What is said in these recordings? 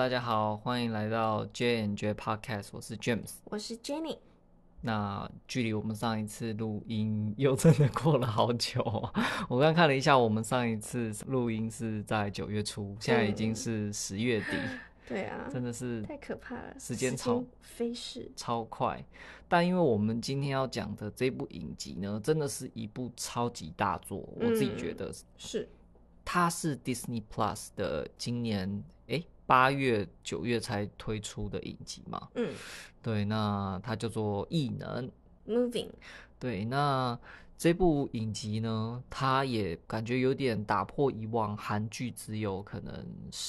大家好，欢迎来到 J&J Podcast， 我是 James， 我是 Jenny。 那距离我们上一次录音又真的过了好久哦。我刚看了一下，我们上一次录音是在9月初，现在已经是10月底， 对啊， 真的是太可怕了， 时间飞逝超快。但因为我们今天要讲的这部影集呢，真的是一部超级大作，我自己觉得是它是 Disney Plus 的今年8月9月才推出的影集嘛。对，那它叫做异能 Moving。 对，那这部影集呢，它也感觉有点打破以往韩剧只有可能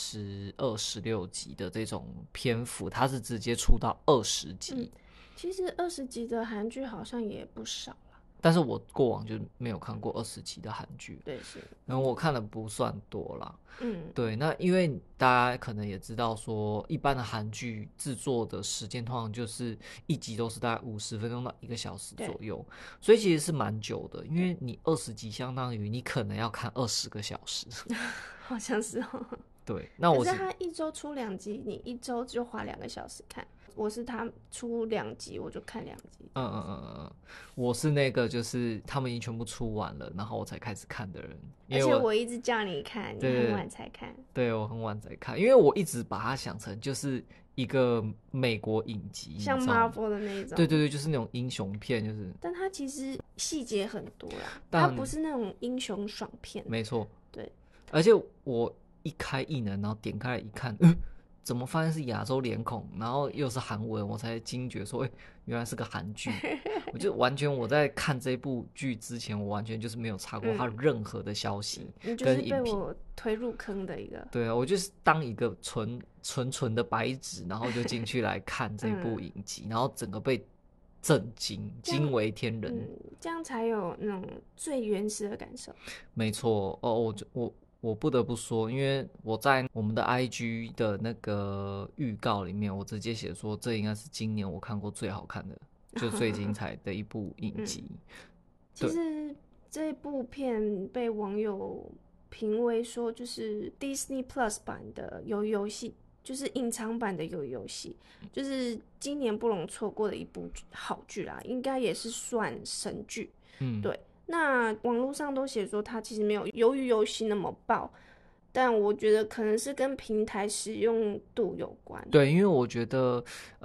12、16集的这种篇幅，它是直接出到20集。 其实20集的韩剧好像也不少啦， 但是我过往就没有看过20集的韩剧， 对，是， 然后我看的不算多啦。 嗯， 对，那因为大家可能也知道说，一般的韩剧制作的时间通常就是一集都是大概50分钟到1个小时左右，所以其实是蛮久的。因为你20集相当于你可能要看20个小时， 好像是哦。 对，那我可是他一周出2集，你一周就花2个小时看。我是他出2集，我就看2集。 我是那个就是他们已经全部出完了，然后我才开始看的人。 而且我一直叫你看，你很晚才看。 对，我很晚才看，因为我一直把它想成就是一个美国影集， 像 Marvel 的那种。 对对对，就是那种英雄片，就是。 但它其实细节很多啦，它不是那种英雄爽片。 没错， 对。 而且我一开异能，然后点开来一看，怎么发现是亚洲脸孔，然后又是韩文，我才惊觉说，原来是个韩剧。我就完全我在看这部剧之前，我完全就是没有查过它任何的消息跟影评。 你就是被我推入坑的一个。 对啊，我就是当一个纯的白纸，然后就进去来看这部影集，然后整个被震惊，惊为天人。 这样才有那种最原始的感受。 没错哦，我不得不说，因为我在我们的 IG 的那个预告里面，我直接写说这应该是今年我看过最好看的，就最精彩的一部影集。 其实这部片被网友评为说，就是 Disney Plus 版的鱿鱼游戏，就是隐藏版的鱿鱼游戏，就是今年不容错过的一部好剧啦，应该也是算神剧。对。那网络上都写说它其实没有鱿鱼游戏那么爆，但我觉得可能是跟平台使用度有关。 对，因为我觉得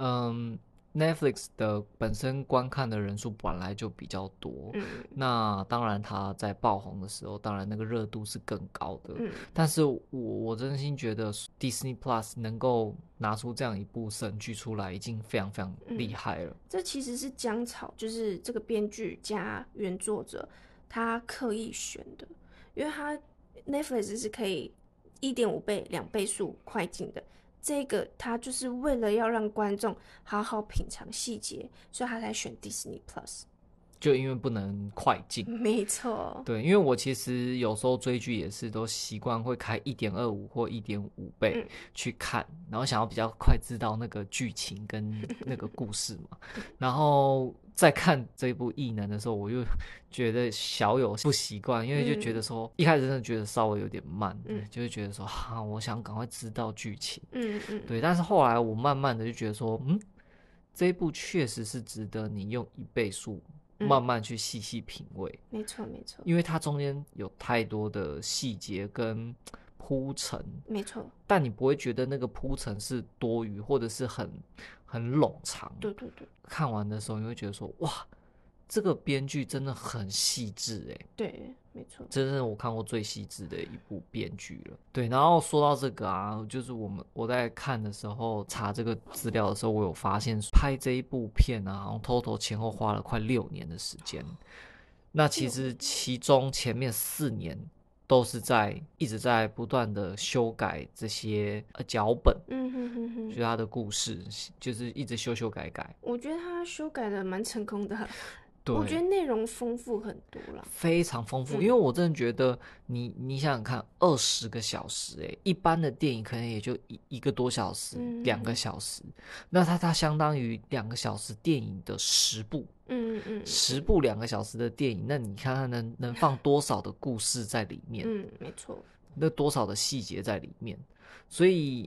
Netflix 的本身观看的人数本来就比较多，那当然它在爆红的时候，当然那个热度是更高的。但是我真心觉得 Disney Plus 能够拿出这样一部神剧出来，已经非常非常厉害了。 这其实是姜草，就是这个编剧加原作者他刻意选的，因为他 Netflix 是可以1.5倍、2倍速快进的。这个他就是为了要让观众好好品尝细节，所以他才选 Disney Plus。 就因为不能快进。 没错。 对，因为我其实有时候追剧也是都习惯会开1.25或1.5倍去看，然后想要比较快知道那个剧情跟那个故事嘛。然后在看这部异能的时候，我又觉得小有不习惯，因为就觉得说一开始真的觉得稍微有点慢，就会觉得说我想赶快知道剧情。对，但是后来我慢慢的就觉得说，这一部确实是值得你用1倍速慢慢去细细品味。 没错没错， 因为它中间有太多的细节跟铺陈。 没错， 但你不会觉得那个铺陈是多余或者是很冗长。 对对对， 看完的时候你会觉得说，哇，这个编剧真的很细致对，没错， 这是我看过最细致的一部编剧了。对，然后说到这个啊，就是我在看的时候查这个资料的时候，我有发现拍这一部片啊，好像 total 前后花了快6年的时间。那其实其中前面4年都是一直在不断的修改这些脚本，就是他的故事，就是一直修改改。 我觉得他修改的蛮成功的。 对， 我觉得内容丰富很多啦， 非常丰富。因为我真的觉得你想想看，20个小时一般的电影可能也就1个多小时、2个小时，那它相当于2个小时电影的10部，10部2个小时的电影，那你看看能放多少的故事在里面？ 没错， 那多少的细节在里面？所以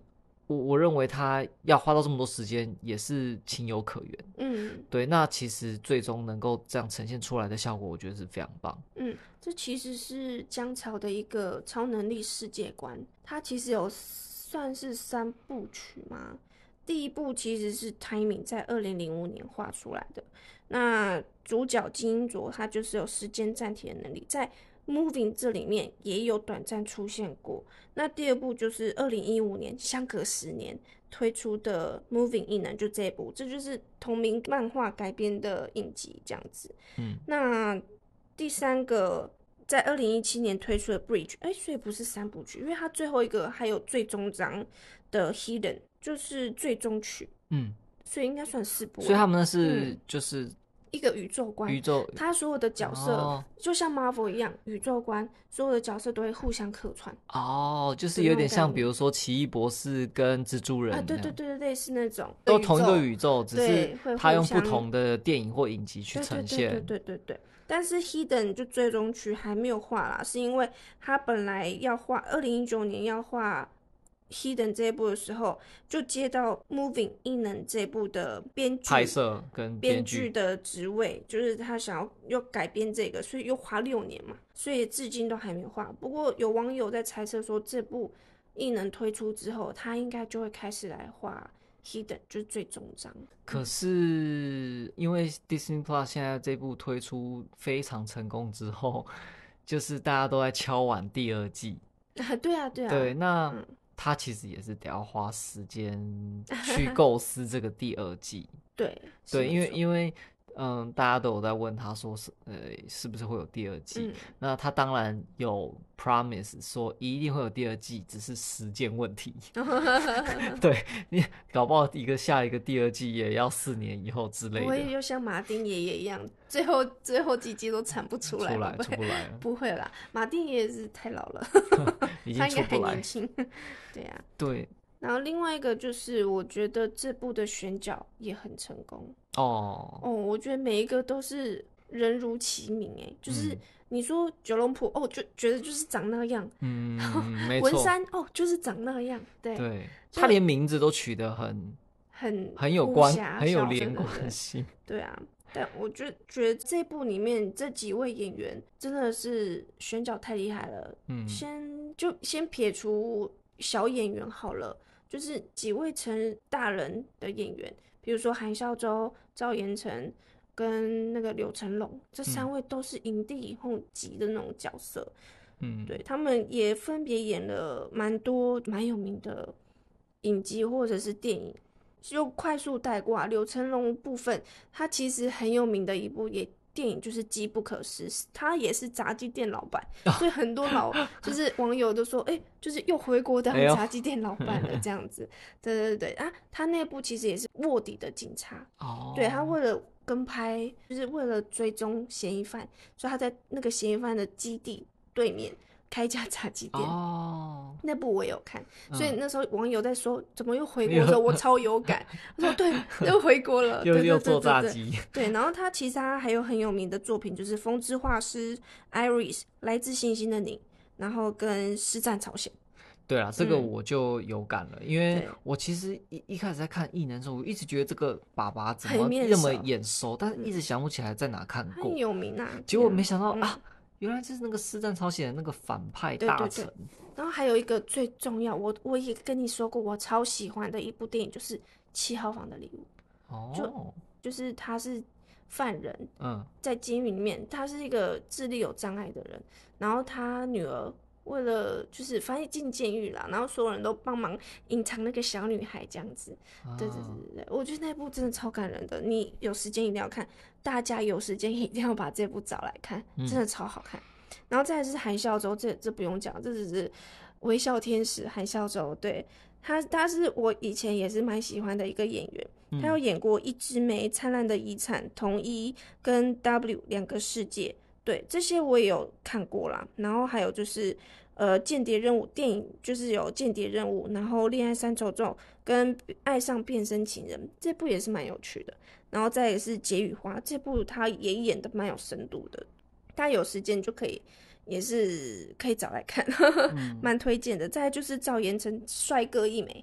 我认为他要花到这么多时间也是情有可原。对，那其实最终能够这样呈现出来的效果，我觉得是非常棒。 这其实是姜潮的一个超能力世界观，它其实有算是3部曲嘛。第一部其实是 Timing 在2005年画出来的，那主角金英卓他就是有时间暂停的能力，在 Moving 这里面也有短暂出现过。那第二部就是2015年相隔10年推出的 Moving 异能，就这一部，这就是同名漫画改编的影集这样子。那第3个在2017年推出的 Bridge， 所以不是3部曲，因为它最后一个还有最终章的 Hidden， 就是最终曲，所以应该算4部。 所以他们那是就是一个宇宙观，他所有的角色就像 Marvel 一样，宇宙观所有的角色都会互相客串。 就是有点像比如说奇异博士跟蜘蛛人对，类似那种都同一个宇宙，只是他用不同的电影或影集去呈现。 对。但是 Hidden 就最终曲还没有画啦，是因为他本来要画2019年要画 Hidden 这一部的时候，就接到 Moving 异能这一部的编剧拍摄跟编剧的职位，就是他想要改编这个，所以又花6年嘛，所以至今都还没画。不过有网友在猜测说，这部异能推出之后，他应该就会开始来画 Hidden， 就是最终章。 可是因为 Disney Plus 现在这部推出非常成功之后，就是大家都在敲碗第2季。 对啊。 对，那他其实也是得要花时间去构思这个第2季。 对， 因为大家都有在问他说是不是会有第2季？那他当然有 promise 说一定会有第2季，只是时间问题。对，你搞不好下一个第2季也要4年以后之类的。 我也就像马丁爷爷一样，最后几季都产不出来， 出不来了。 不会啦，马丁爷爷是太老了， 已经出不来， 他应该还年轻。对啊， 对。 然后另外一个就是，我觉得这部的选角也很成功我觉得每一个都是人如其名就是你说九龙埔就觉得就是长那样， 没错， 文山就是长那样， 对，他连名字都取得很有关，很有连贯性。 对啊，但我觉得这部里面这几位演员真的是选角太厉害了。先撇除小演员好了，就是几位成大人的演员，比如说韩孝周、赵寅成跟那个柳成龙，这3位都是影帝影后级的那种角色。对，他们也分别演了蛮多蛮有名的影集或者是电影。就快速带过柳成龙部分，他其实很有名的一部电影就是《机不可失》，他也是炸鸡店老板，所以很多就是网友都说，就是又回国当炸鸡店老板了这样子。对啊，他那部其实也是卧底的警察。对，他为了跟拍，就是为了追踪嫌疑犯，所以他在那个嫌疑犯的基地对面开一家炸鸡店。那部我也有看，所以那时候网友在说怎么又回国的时候，我超有感。我说对，又回国了， 又做炸鸡。 对，然后他其实还有很有名的作品，就是《风之画师》、Iris、来自星星的你，然后跟《师战朝鲜》。 对啦，这个我就有感了，因为我其实一开始在看异能的时候，我一直觉得这个爸爸怎么那么眼熟，但是一直想不起来在哪看过。 很有名啊， 结果没想到原来就是那个《师战朝鲜》的那个反派大臣。 然后还有一个最重要，我也跟你说过，我超喜欢的一部电影就是《7号房的礼物》。就是他是犯人，在监狱里面，他是一个智力有障碍的人，然后他女儿为了就是反正进监狱啦，然后所有人都帮忙隐藏那个小女孩这样子。对，我觉得那部真的超感人的，你有时间一定要看，大家有时间一定要把这部找来看，真的超好看。然后再来是韩孝周，这不用讲，这只是微笑天使韩孝周。对，他是我以前也是蛮喜欢的一个演员，他有演过《一枝梅》、《灿烂的遗产》、《同一》跟 W 2个世界。对，这些我也有看过啦。然后还有就是间谍任务电影，就是有间谍任务，然后恋爱三重奏跟爱上变身情人，这部也是蛮有趣的。然后再也是解语花，这部他也演的蛮有深度的，大家有时间就可以，也是可以找来看，蛮推荐的。再来就是赵寅成，帅哥一枚，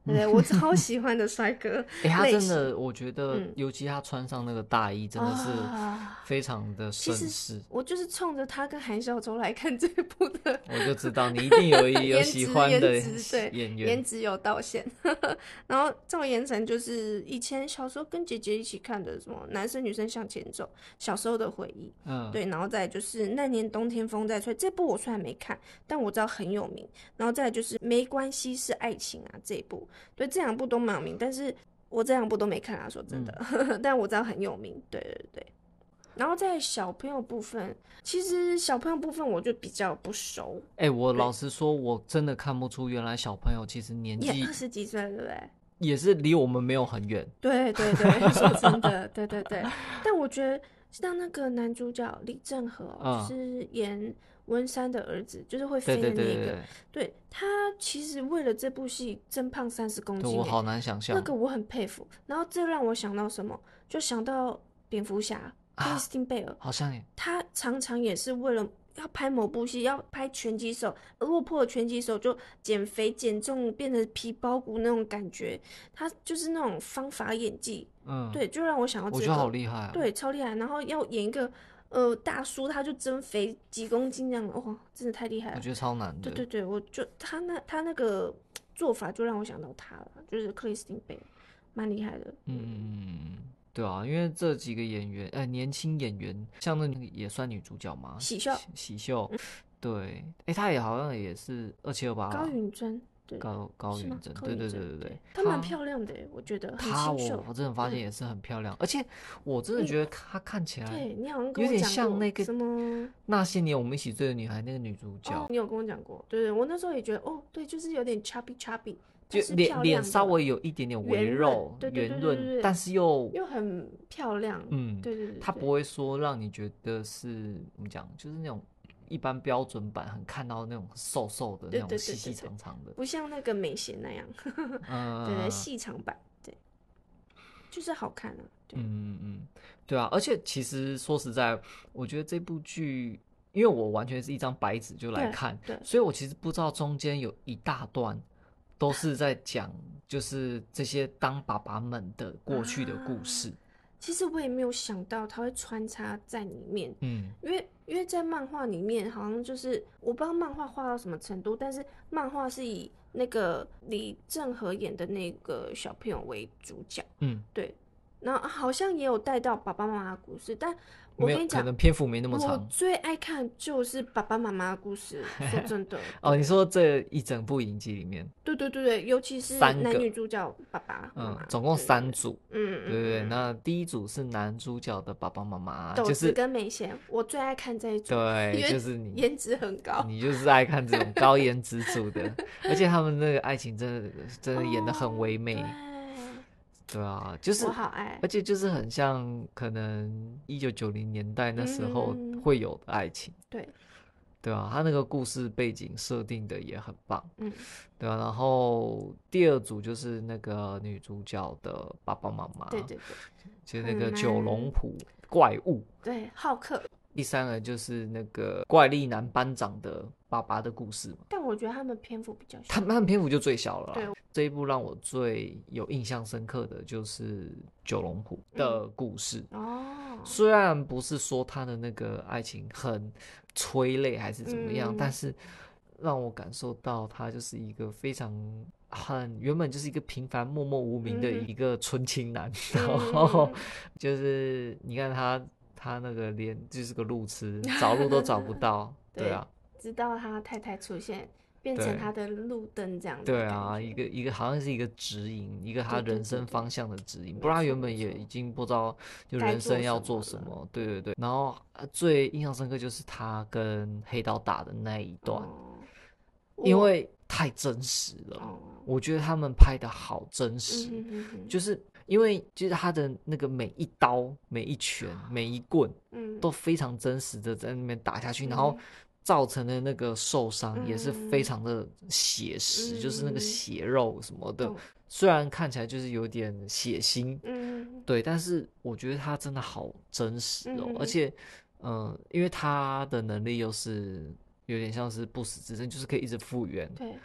对，我超喜欢的帅哥他类型。 真的，我觉得，尤其他穿上那个大衣，真的是非常的其实绅士。 我就是冲着他跟韩孝周来看这部的， 我就知道你一定有喜欢的对， 演员， 颜值有道线。然后赵寅成就是以前小时候跟姐姐一起看的什么男生女生向前走，小时候的回忆。对，然后再来就是那年冬天风在吹，这部我虽然没看，但我知道很有名。然后再来就是没关系是爱情啊这一部，对，这两部都蛮有名，但是我这两部都没看啊，说真的，但我知道很有名。对对对。然后在小朋友部分，其实小朋友部分我就比较不熟。 我老实说，我真的看不出原来小朋友其实年纪也20几岁，对不对？ 也是离我们没有很远。 对对对，说真的，对对对。但我觉得像那个男主角李正和，就是演温莎的儿子，就是会飞的那个，对他其实为了这部戏增胖30公斤， 我好难想象。 那个我很佩服。然后这让我想到什么？就想到蝙蝠侠。克里斯汀贝尔好像也， 他常常也是为了要拍某部戏，要拍拳击手，落魄的拳击手就减肥减重，变成皮包骨那种感觉，他就是那种方法演技，对，就让我想到这个， 我觉得好厉害对，超厉害。然后要演一个大叔，他就增肥几公斤这样，哇，真的太厉害了， 我觉得超难的。 对对对，我就他那个做法就让我想到他了，就是克里斯汀贝尔，蛮厉害的， 对啊，因为这几个演员，年轻演员，像那也算女主角吗？ 喜秀， 喜秀，对，她也好像也是2728， 高允贞，对， 高允贞，对对对对对， 她蛮漂亮的，我觉得很清秀。 我真的发现也是很漂亮，而且我真的觉得她看起来， 对你好像有点像那个什么那些年我们一起追的女孩那个女主角， 你有跟我讲过，对对，我那时候也觉得，对，就是有点 chubby， 就脸稍微有一点点微肉圆润，但是又很漂亮，对对对， 它不会说让你觉得是怎么讲，就是那种一般标准版很看到那种瘦瘦的那种细细长长的， 不像那个美贤那样，对对，细长版，对，就是好看啊，对， 对啊，而且其实说实在，我觉得这部剧，因为我完全是一张白纸就来看，所以我其实不知道中间有一大段。都是在讲，就是这些当爸爸们的过去的故事。 其实我也没有想到他会穿插在里面，因为在漫画里面好像就是我不知道漫画画到什么程度，但是漫画是以那个李正和演的那个小朋友为主角，对，然后好像也有带到爸爸妈妈的故事，但我跟你讲， 可能篇幅没那么长。 我最爱看就是爸爸妈妈的故事，说真的。 你说这一整部影集里面， 对对对对，尤其是男女主角爸爸妈妈， 总共3组，对对对。那第一组是男主角的爸爸妈妈，就是跟美贤，我最爱看这一组， 对，就是你颜值很高， 你就是爱看这种高颜值组的，而且他们那个爱情真的演得很唯美。对啊，就是我好爱， 而且就是很像可能1990年代那时候会有的爱情，对啊，他那个故事背景设定的也很棒，对啊，然后第二组就是那个女主角的爸爸妈妈， 对对对， 就是那个九龙浦怪物， 对，浩克。 第3个就是那个怪力男班长的爸爸的故事嘛， 但我觉得他们篇幅比较小， 他们篇幅就最小了啦。对，这一部让我最有印象深刻的就是九龙浦的故事。虽然不是说他的那个爱情很催泪还是怎么样，但是让我感受到他就是一个非常原本就是一个平凡默默无名的一个纯情男，然后就是你看他那个连就是个路痴，找路都找不到，对啊， 直到他太太出现，变成他的路灯这样子。 对啊，一个好像是一个指引，一个他人生方向的指引，不然他原本也已经不知道就人生要做什么。对对对，然后最印象深刻就是他跟黑道打的那一段，因为太真实了，我觉得他们拍的好真实，就是因为就是他的那个每一刀、每一拳、每一棍，都非常真实的在那边打下去，然后造成的那个受伤也是非常的写实，就是那个血肉什么的，虽然看起来就是有点血腥，对，但是我觉得他真的好真实哦，而且，因为他的能力又是有点像是不死之身，就是可以一直复原， 对。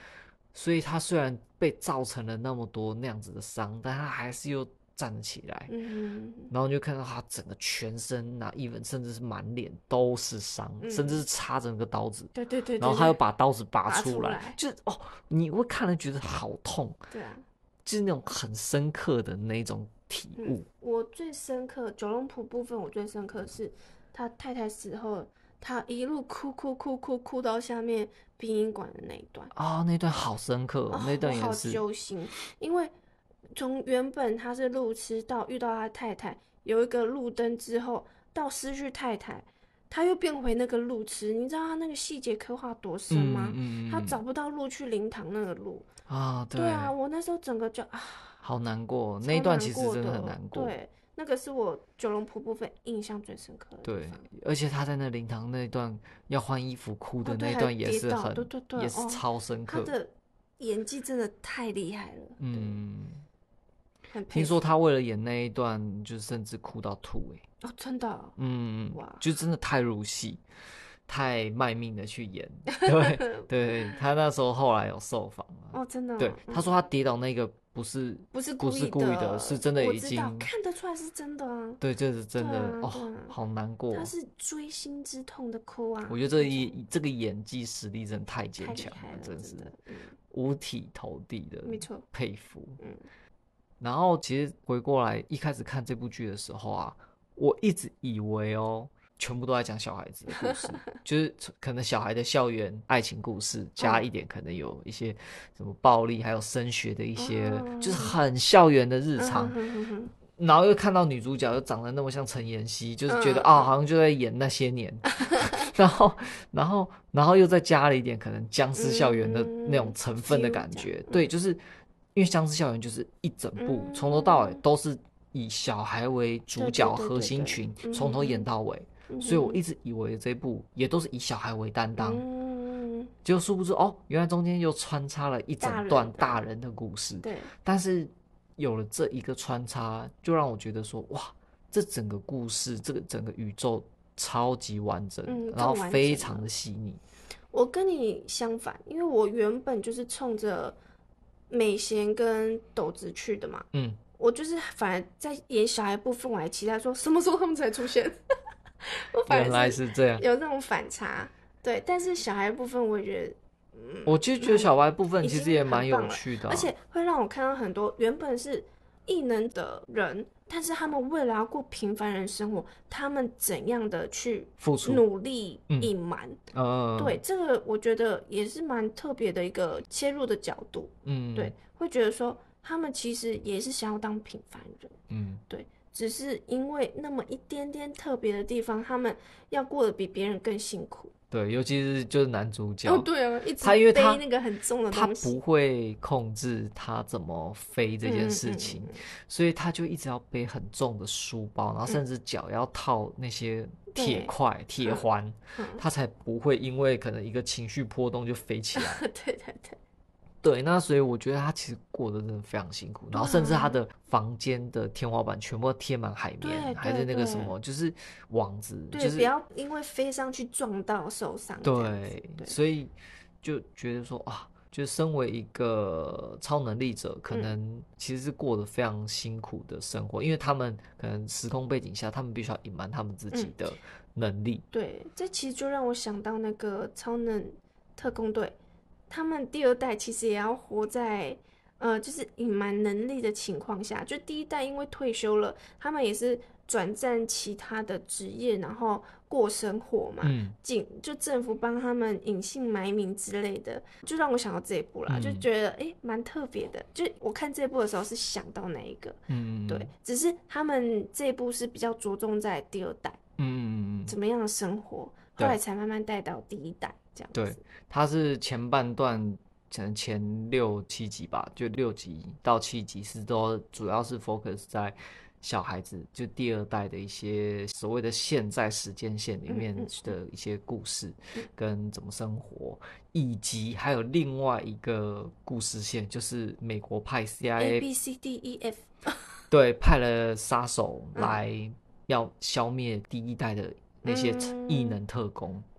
所以他虽然被造成了那么多那样子的伤，但他还是又站了起来。然后你就看到他整个全身啊，even甚至是满脸都是伤，甚至是插着那个刀子。 对对对， 然后他又把刀子拔出来， 就是你会看了觉得好痛。 对啊， 就是那种很深刻的那种体悟。 我最深刻九龙埔部分，我最深刻是他太太死后，他一路哭到下面殡仪馆的那一段。 那段好深刻那段也是。 我好揪心，因为从原本他是路痴到遇到他太太有一个路灯之后，到失去太太，他又变回那个路痴。你知道他那个细节刻画多深吗？他找不到路去灵堂那个路对啊，我那时候整个就好难过，那一段其实真的很难过。 对，那个是我九龙埔部分印象最深刻的地方。 对，而且他在那灵堂那一段要换衣服哭的那一段也是很，也是超深刻。 他的演技真的太厉害了。 听说他为了演那一段，就甚至哭到吐真的哇， 就真的太入戏，太卖命的去演。对，他那时候后来有受访真的对，他说他跌倒那个不是故意的，是真的已经看得出来是真的啊。 对，这是真的好难过。 他是锥心之痛的哭啊。 我觉得这个演技实力真的太坚强了，真是五体投地的， 没错， 佩服。然后其实回过来一开始看这部剧的时候啊，我一直以为全部都在讲小孩子的故事，就是可能小孩的校园爱情故事，加一点可能有一些什么暴力，还有升学的一些，就是很校园的日常。然后又看到女主角又长得那么像陈妍希，就是觉得好像就在演那些年。然后又再加了一点可能僵尸校园的那种成分的感觉。对，就是因为僵尸校园就是一整部从头到尾都是以小孩为主角核心群，从头演到尾。所以我一直以为这部也都是以小孩为担当，结果殊不知原来中间又穿插了一整段大人的故事。 对， 但是有了这一个穿插，就让我觉得说哇，这整个故事，这个整个宇宙超级完整，然后非常的细腻。 我跟你相反，因为我原本就是冲着美贤跟斗子去的嘛。我就是反而在演小孩部分，我还期待说什么时候他们才出现。我反而原来是这样， 有那种反差。对，但是小孩部分我也觉得我就觉得小孩部分其实也蛮有趣的， 而且会让我看到很多原本是异能的人，但是他们为了要过平凡人生活，他们怎样的去付出、 努力、隐瞒。对，这个我觉得也是蛮特别的一个切入的角度。对，会觉得说他们其实也是想要当平凡人。对，只是因为那么一点点特别的地方，他们要过得比别人更辛苦。 对，尤其是就是男主角。 对啊，一直背那个很重的东西， 他不会控制他怎么飞这件事情，所以他就一直要背很重的书包，然后甚至脚要套那些铁块、铁环，他才不会因为可能一个情绪波动就飞起来。对，那所以我觉得他其实过得真的非常辛苦，然后甚至他的房间的天花板全部贴满海绵，还是那个什么，就是网子，就是不要因为飞上去撞到受伤。对， 所以就觉得说就身为一个超能力者，可能其实是过得非常辛苦的生活，因为他们可能时空背景下，他们必须要隐瞒他们自己的能力。 对，这其实就让我想到那个超能特工队。他们第二代其实也要活在就是隐瞒能力的情况下，就第一代因为退休了，他们也是转战其他的职业，然后过生活嘛。就政府帮他们隐姓埋名之类的，就让我想到这一部啦，就觉得蛮特别的。就我看这部的时候是想到那一个，对，只是他们这一部是比较着重在第二代，怎么样的生活，后来才慢慢带到第一代。 对，它是前半段可能前6-7集吧，就6集到7集是都主要是 focus 在小孩子，就第二代的一些所谓的现在时间线里面的一些故事跟怎么生活，以及还有另外一个故事线，就是美国派 CIA ABCDEF 对，派了杀手来要消灭第一代的那些异能特工。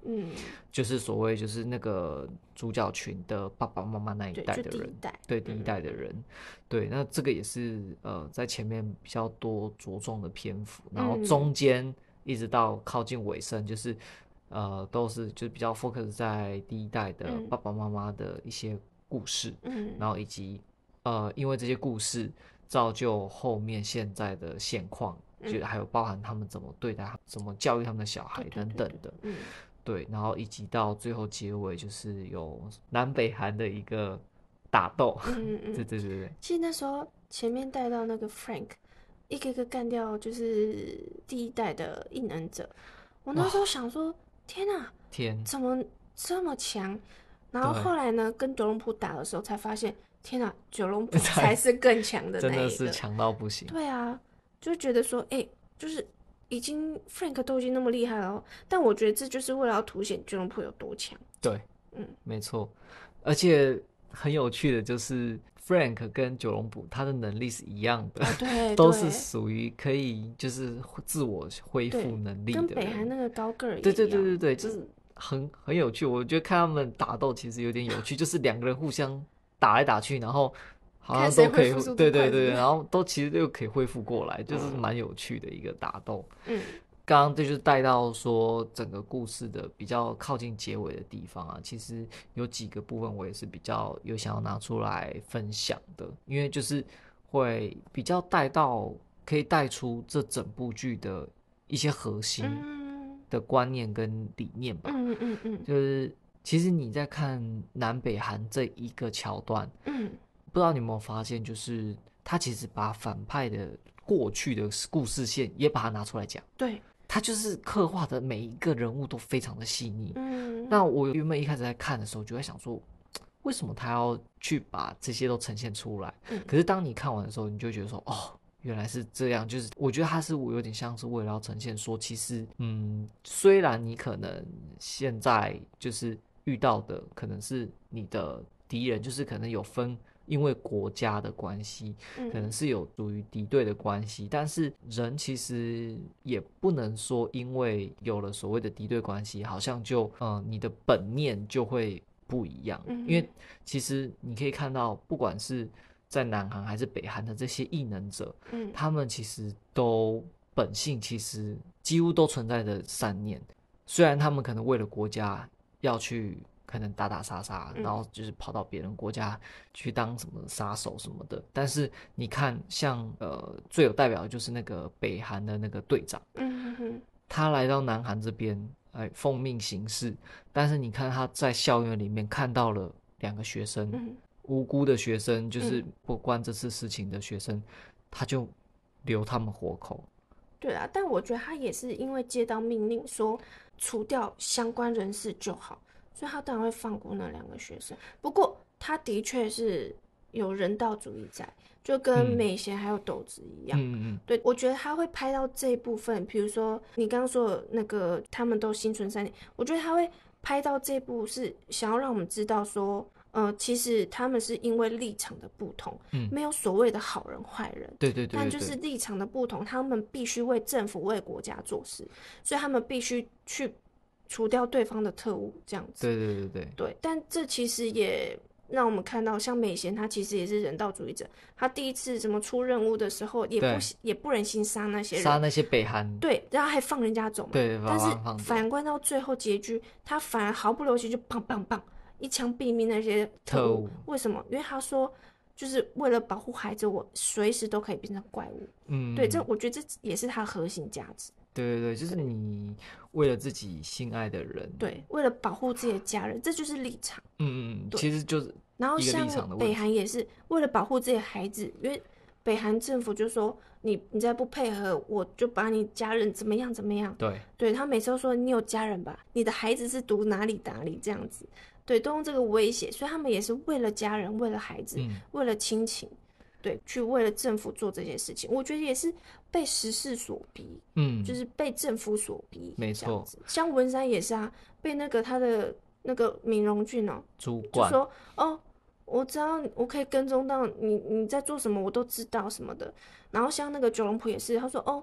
就是所谓就是那个主角群的爸爸妈妈那一代的人，对，第一代的人，对，那这个也是在前面比较多着重的篇幅，然后中间一直到靠近尾声，就是都是就是比较 focus 在第一代的爸爸妈妈的一些故事，然后以及因为这些故事造就后面现在的现况，就还有包含他们怎么对待、怎么教育他们的小孩等等的，对，然后以及到最后结尾就是有南北韩的一个打斗，对。 其实那时候前面带到那个 Frank， 一个个干掉就是第一代的异能者，我那时候想说，天啊，怎么这么强？然后后来呢，跟九龙浦打的时候才发现，天啊，九龙浦才是更强的那一个， 真的是强到不行。 对啊，就觉得说，就是已经 Frank 都已经那么厉害了，但我觉得这就是为了要凸显九龙浦有多强。 对，没错，而且很有趣的就是 Frank 跟九龙浦他的能力是一样的， 对， 都是属于可以就是自我恢复能力的人， 跟北韩那个高个儿一样。 对，就是很有趣。我觉得看他们打斗其实有点有趣，就是两个人互相打来打去，然后好像都可以，对，然后都其实都可以恢复过来，就是蛮有趣的一个打斗。刚刚就是带到说整个故事的比较靠近结尾的地方啊，其实有几个部分我也是比较有想要拿出来分享的，因为就是会比较带到可以带出这整部剧的一些核心的观念跟理念吧。就是其实你在看南北韩这一个桥段，不知道你有没有发现，就是他其实把反派的过去的故事线也把它拿出来讲。 对。 他就是刻画的每一个人物都非常的细腻。那我原本一开始在看的时候，就在想说，为什么他要去把这些都呈现出来？可是当你看完的时候，你就会觉得说，哦，原来是这样。就是我觉得他是我有点像是为了要呈现说，其实，虽然你可能现在就是遇到的可能是你的敌人，就是可能有分。因为国家的关系，可能是有属于敌对的关系，但是人其实也不能说因为有了所谓的敌对关系，好像就你的本念就会不一样。因为其实你可以看到，不管是在南韩还是北韩的这些异能者，他们其实都本性其实几乎都存在着善念，虽然他们可能为了国家要去。可能打杀，然后就是跑到别人国家去当什么杀手什么的。但是你看，像最有代表的就是那个北韩的那个队长，他来到南韩这边，奉命行事。但是你看他在校园里面看到了2个学生，无辜的学生，就是不关这次事情的学生，他就留他们活口。 对啊，但我觉得他也是因为接到命令说除掉相关人士就好。所以他当然会放过那2个学生，不过他的确是有人道主义在，就跟美贤还有斗子一样。对，我觉得他会拍到这一部分，比如说你刚刚说的那个他们都心存善念，我觉得他会拍到这部是想要让我们知道说，其实他们是因为立场的不同，没有所谓的好人坏人， 对， 但就是立场的不同，他们必须为政府为国家做事，所以他们必须去。除掉对方的特务，这样子。对，但这其实也让我们看到，像美贤，他其实也是人道主义者。他第一次怎么出任务的时候，也不忍心杀那些人， 杀那些北韩。 对，然后还放人家走嘛。 对， 但是反观到最后结局，他反而毫不留情就砰一枪毙命那些特务。为什么？因为他说，就是为了保护孩子，我随时都可以变成怪物。对，我觉得这也是他核心价值。 对，就是你为了自己心爱的人， 对，为了保护自己的家人，这就是立场。 其实就是然后像北韩也是为了保护自己的孩子，因为北韩政府就说你再不配合，我就把你家人怎么样。对，他每次都说你有家人吧，你的孩子是读哪里这样子，对，都用这个威胁，所以他们也是为了家人，为了孩子，为了亲情。对，去为了政府做这些事情，我觉得也是被时势所逼，就是被政府所逼， 没错。 像文山也是啊，被那个他的那个闵荣俊主管就说我知道我可以跟踪到你在做什么，我都知道什么的。然后像那个九龙浦也是，他说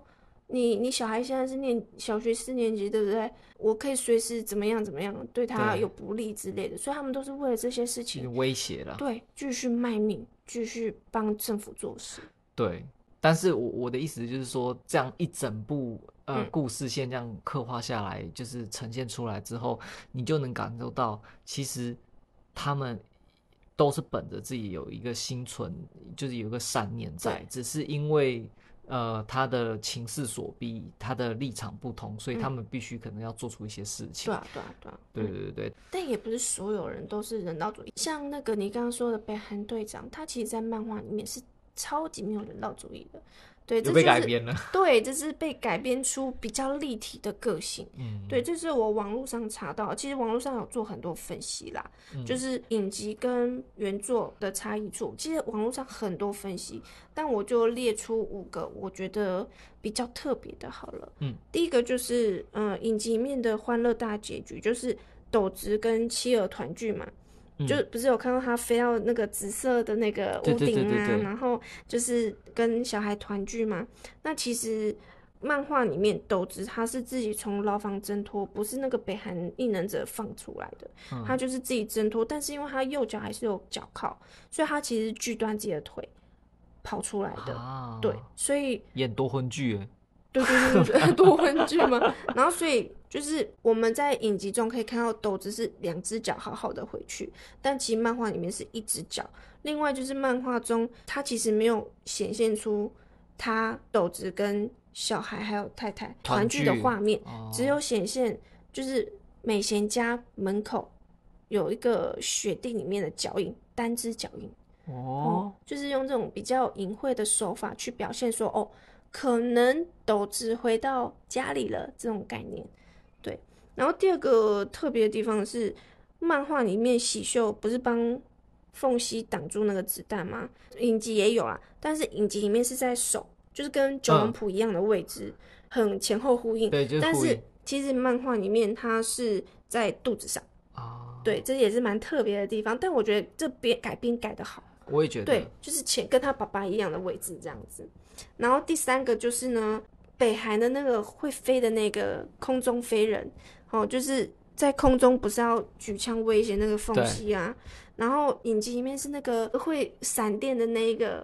你小孩现在是念小学4年级，对不对？我可以随时怎么样怎么样，对他有不利之类的，所以他们都是为了这些事情威胁了， 对，继续卖命，继续帮政府做事。 对，但是我的意思就是说，这样一整部故事线这样刻画下来，就是呈现出来之后，你就能感受到，其实他们都是本着自己有一个心存，就是有一个善念在，只是因为他的情势所逼，他的立场不同，所以他们必须可能要做出一些事情。对。 但也不是所有人都是人道主义，像那个你刚刚说的北韩队长，他其实在漫画里面是超级没有人道主义的。对， 有被改编了。 对，这是被改编出比较立体的个性。对，这是我网络上查到，其实网络上有做很多分析啦，就是影集跟原作的差异处，其实网络上很多分析，但我就列出5个我觉得比较特别的好了。第一个就是影集里面的欢乐大结局，就是斗直跟妻儿团聚嘛。就不是有看到他飞到那个紫色的那个屋顶啊，然后就是跟小孩团聚嘛。那其实漫画里面斗直他是自己从牢房挣脱，不是那个北韩异能者放出来的，他就是自己挣脱。但是因为他右脚还是有脚铐，所以他其实锯断自己的腿跑出来的。对，所以演多婚剧耶。 对，多婚剧嘛。然后所以就是我们在影集中可以看到斗直是2只脚好好的回去，但其实漫画里面是1只脚。另外就是漫画中他其实没有显现出他斗直跟小孩还有太太团聚的画面，只有显现就是美贤家门口有一个雪地里面的脚印，单只脚印。就是用这种比较隐晦的手法去表现说可能斗直回到家里了这种概念。对，然后第二个特别的地方是漫画里面喜秀不是帮缝隙挡住那个子弹吗？影集也有啦，但是影集里面是在手，就是跟九龙谱一样的位置，很前后呼应。 对，就是呼应。 但是其实漫画里面它是在肚子上。对，这也是蛮特别的地方，但我觉得这边改编改得好。 我也觉得。 对，就是跟他爸爸一样的位置这样子。然后第3个就是呢，北韩的那个会飞的那个空中飞人，就是在空中不是要举枪威胁那个缝隙啊，然后影集里面是那个会闪电的那一个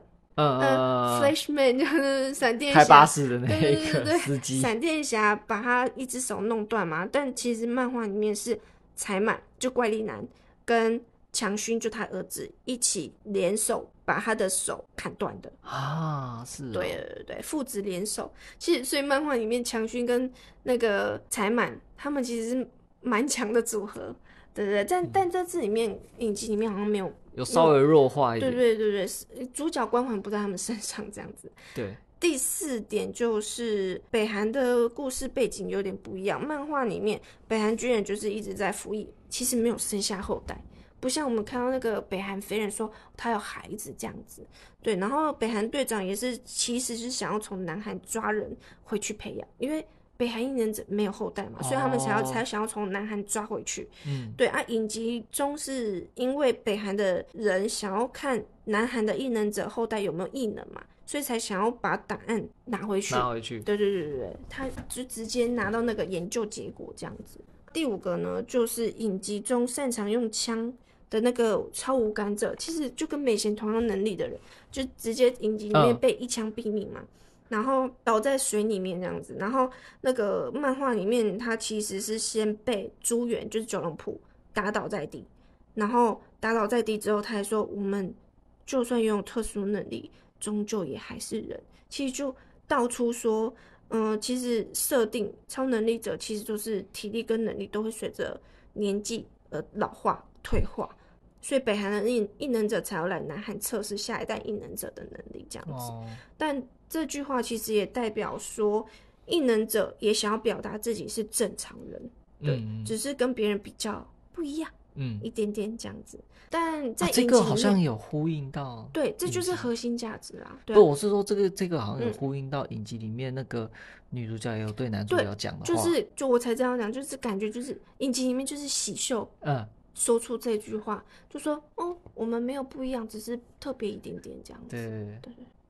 Flashman， 就是闪电侠开巴士的那个司机， 闪电侠把他一只手弄断嘛，但其实漫画里面是才满就怪力男跟强勋就他儿子一起联手把他的手砍断的是对，父子联手。其实所以漫画里面强勋跟那个才满他们其实是蛮强的组合，对，但这次里面影集里面好像没有稍微弱化一点。 对，主角光环不在他们身上这样子。 对。 第4点就是北韩的故事背景有点不一样，漫画里面北韩军人就是一直在服役，其实没有生下后代，不像我们看到那个北韩飞人说他有孩子这样子。对，然后北韩队长也是其实是想要从南韩抓人回去培养，因为北韩异能者没有后代嘛，所以他们才想要从南韩抓回去。对啊，影集中是因为北韩的人想要看南韩的异能者后代有没有异能嘛，所以才想要把档案拿回去。对，他就直接拿到那个研究结果这样子。第5个呢，就是影集中擅长用枪的那个超无感者，其实就跟美贤同样能力的人，就直接影集里面被一枪毙命嘛。然后倒在水里面这样子，然后那个漫画里面他其实是先被朱元就是九龙谱打倒在地，然后打倒在地之后他还说我们就算拥有特殊能力终究也还是人，其实就道出说其实设定超能力者其实就是体力跟能力都会随着年纪而老化退化，所以北韩的异能者才要来南韩测试下一代异能者的能力这样子。但这句话其实也代表说异能者也想要表达自己是正常人，对，只是跟别人比较不一样一点点这样子。但在影集里面这个好像有呼应到， 对，这就是核心价值啦。对不，我是说这个好像有呼应到影集里面那个女主角也有对男主角讲的话， 就我才这样讲，就是感觉就是影集里面就是喜秀说出这句话，就说我们没有不一样，只是特别一点点这样子。 对。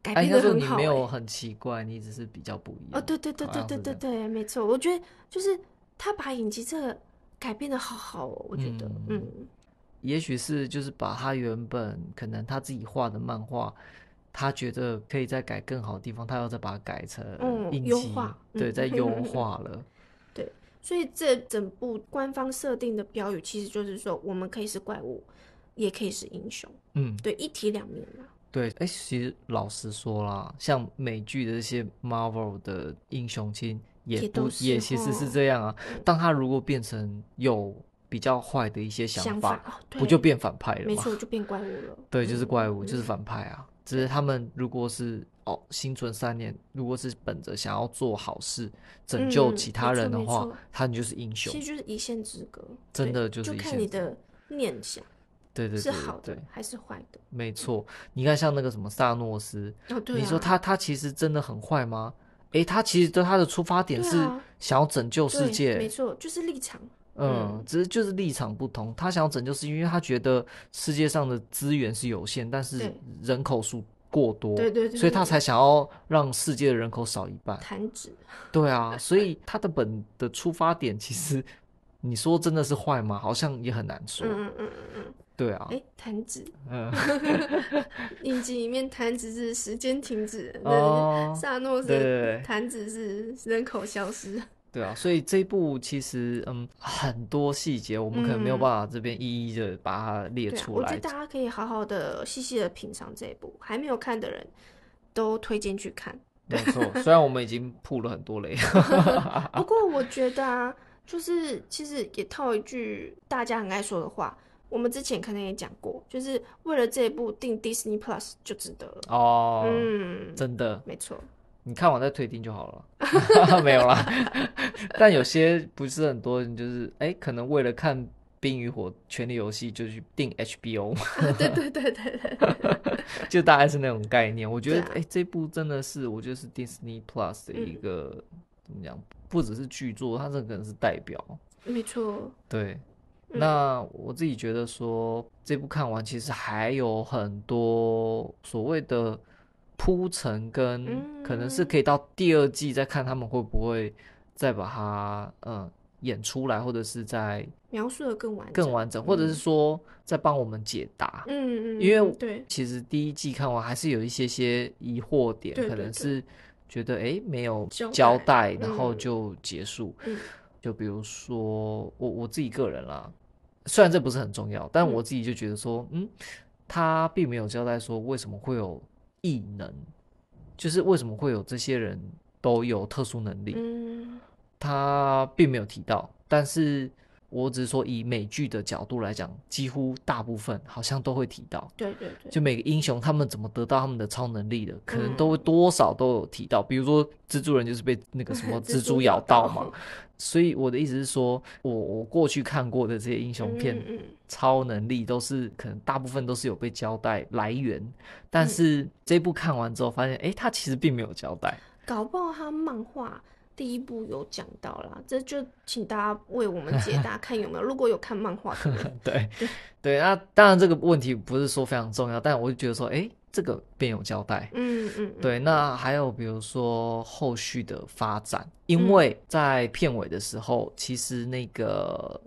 改编的很好、 应该说你没有很奇怪，你只是比较不一样。 对对对对对对对，没错。我觉得就是他把影集这个改编的好好哦，我觉得也许是就是把他原本可能他自己画的漫画，他觉得可以再改更好的地方，他要再把它改成影集， 优化， 对，再优化了。 对，所以这整部官方设定的标语其实就是说，我们可以是怪物，也可以是英雄，对，一体两面啦。 对，其实老实说啦，像美剧的这些 Marvel 的英雄，其实也其实是这样啊。当他如果变成有比较坏的一些想法，不就变反派了吗？ 没错，就变怪物了。 对，就是怪物，就是反派啊。只是他们如果是心存善念，如果是本着想要做好事、拯救其他人的话，他们就是英雄。 其实就是一线之隔， 真的就是一线之隔， 就看你的念想。 对对对， 是好的还是坏的？ 没错，你看像那个什么萨诺斯， 对啊， 你说他其实真的很坏吗？他其实他的出发点是想要拯救世界， 没错，就是立场。 只是就是立场不同。他想要拯救世界，因为他觉得世界上的资源是有限，但是人口数过多， 对， 所以他才想要让世界的人口少一半。 弹指。 对啊，所以他的的出发点，其实你说真的是坏吗？好像也很难说。对啊， 弹指，影集里面弹指是时间停止，萨诺斯弹指是人口消失。 对啊，所以这一部其实很多细节我们可能没有办法这边一一的把它列出来。 我觉得大家可以好好的细细的品尝这一部，还没有看的人都推荐去看。 没错，虽然我们已经铺了很多雷， 不过我觉得啊，就是其实也套一句大家很爱说的话。我们之前可能也讲过，就是为了这一部订 Disney Plus 就值得了。 真的， 没错。 你看完再退订就好了，没有啦。但有些不是很多人，就是可能为了看《冰与火：权力游戏》就去订 HBO。 对， 就大概是那种概念。我觉得这部真的是，我觉得是 Disney Plus 的一个怎么讲，不只是剧作，它这可能是代表。 没错。 对。那我自己觉得说，这部看完其实还有很多所谓的铺陈，跟可能是可以到第二季再看他们会不会再把它演出来，或者是在描述的更完整， 或者是说再帮我们解答。因为对，其实第一季看完还是有一些疑惑点，可能是觉得没有交代，然后就结束。就比如说我自己个人啦，虽然这不是很重要，但我自己就觉得说，他并没有交代说为什么会有异能，就是为什么会有这些人都有特殊能力，他并没有提到。但是我只是说以美剧的角度来讲，几乎大部分好像都会提到。 对， 就每个英雄他们怎么得到他们的超能力的，可能都会多少都有提到。比如说蜘蛛人就是被那个什么蜘蛛咬到嘛。所以我的意思是说，我过去看过的这些英雄片，超能力都是可能大部分都是有被交代来源，但是这部看完之后发现，他其实并没有交代。 搞不好他漫画第一部有讲到啦，这就请大家为我们解答，看有没有。如果有看漫画的人， 对，那当然这个问题不是说非常重要，但我就觉得说，这个便有交代。对，那还有比如说后续的发展，因为在片尾的时候，其实那个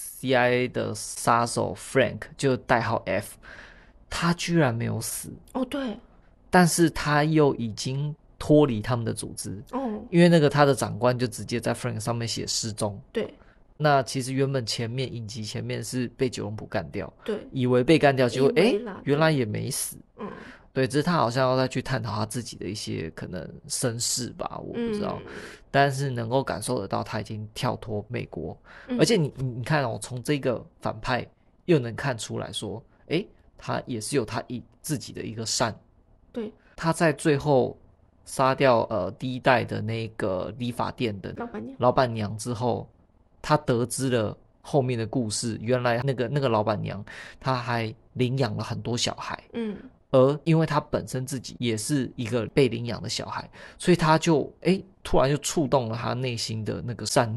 CIA 的杀手 Frank 就代号 F， 他居然没有死。 对， 但是他又已经脱离他们的组织。因为那个他的长官就直接在 Frank 上面写失踪。 对。 那其实原本影集前面是被九龙浦干掉， 对， 以为被干掉，结果原来也没死。对，只是他好像要再去探讨他自己的一些可能身世吧，我不知道。但是能够感受得到他已经跳脱美国，而且你看从这个反派又能看出来说，他也是有他自己的一个善。 对， 他在最后杀掉第一代的那个理发店的老板娘之后，他得知了后面的故事，原来那个老板娘她还领养了很多小孩。而因为他本身自己也是一个被领养的小孩，所以他就突然就触动了他内心的那个善念，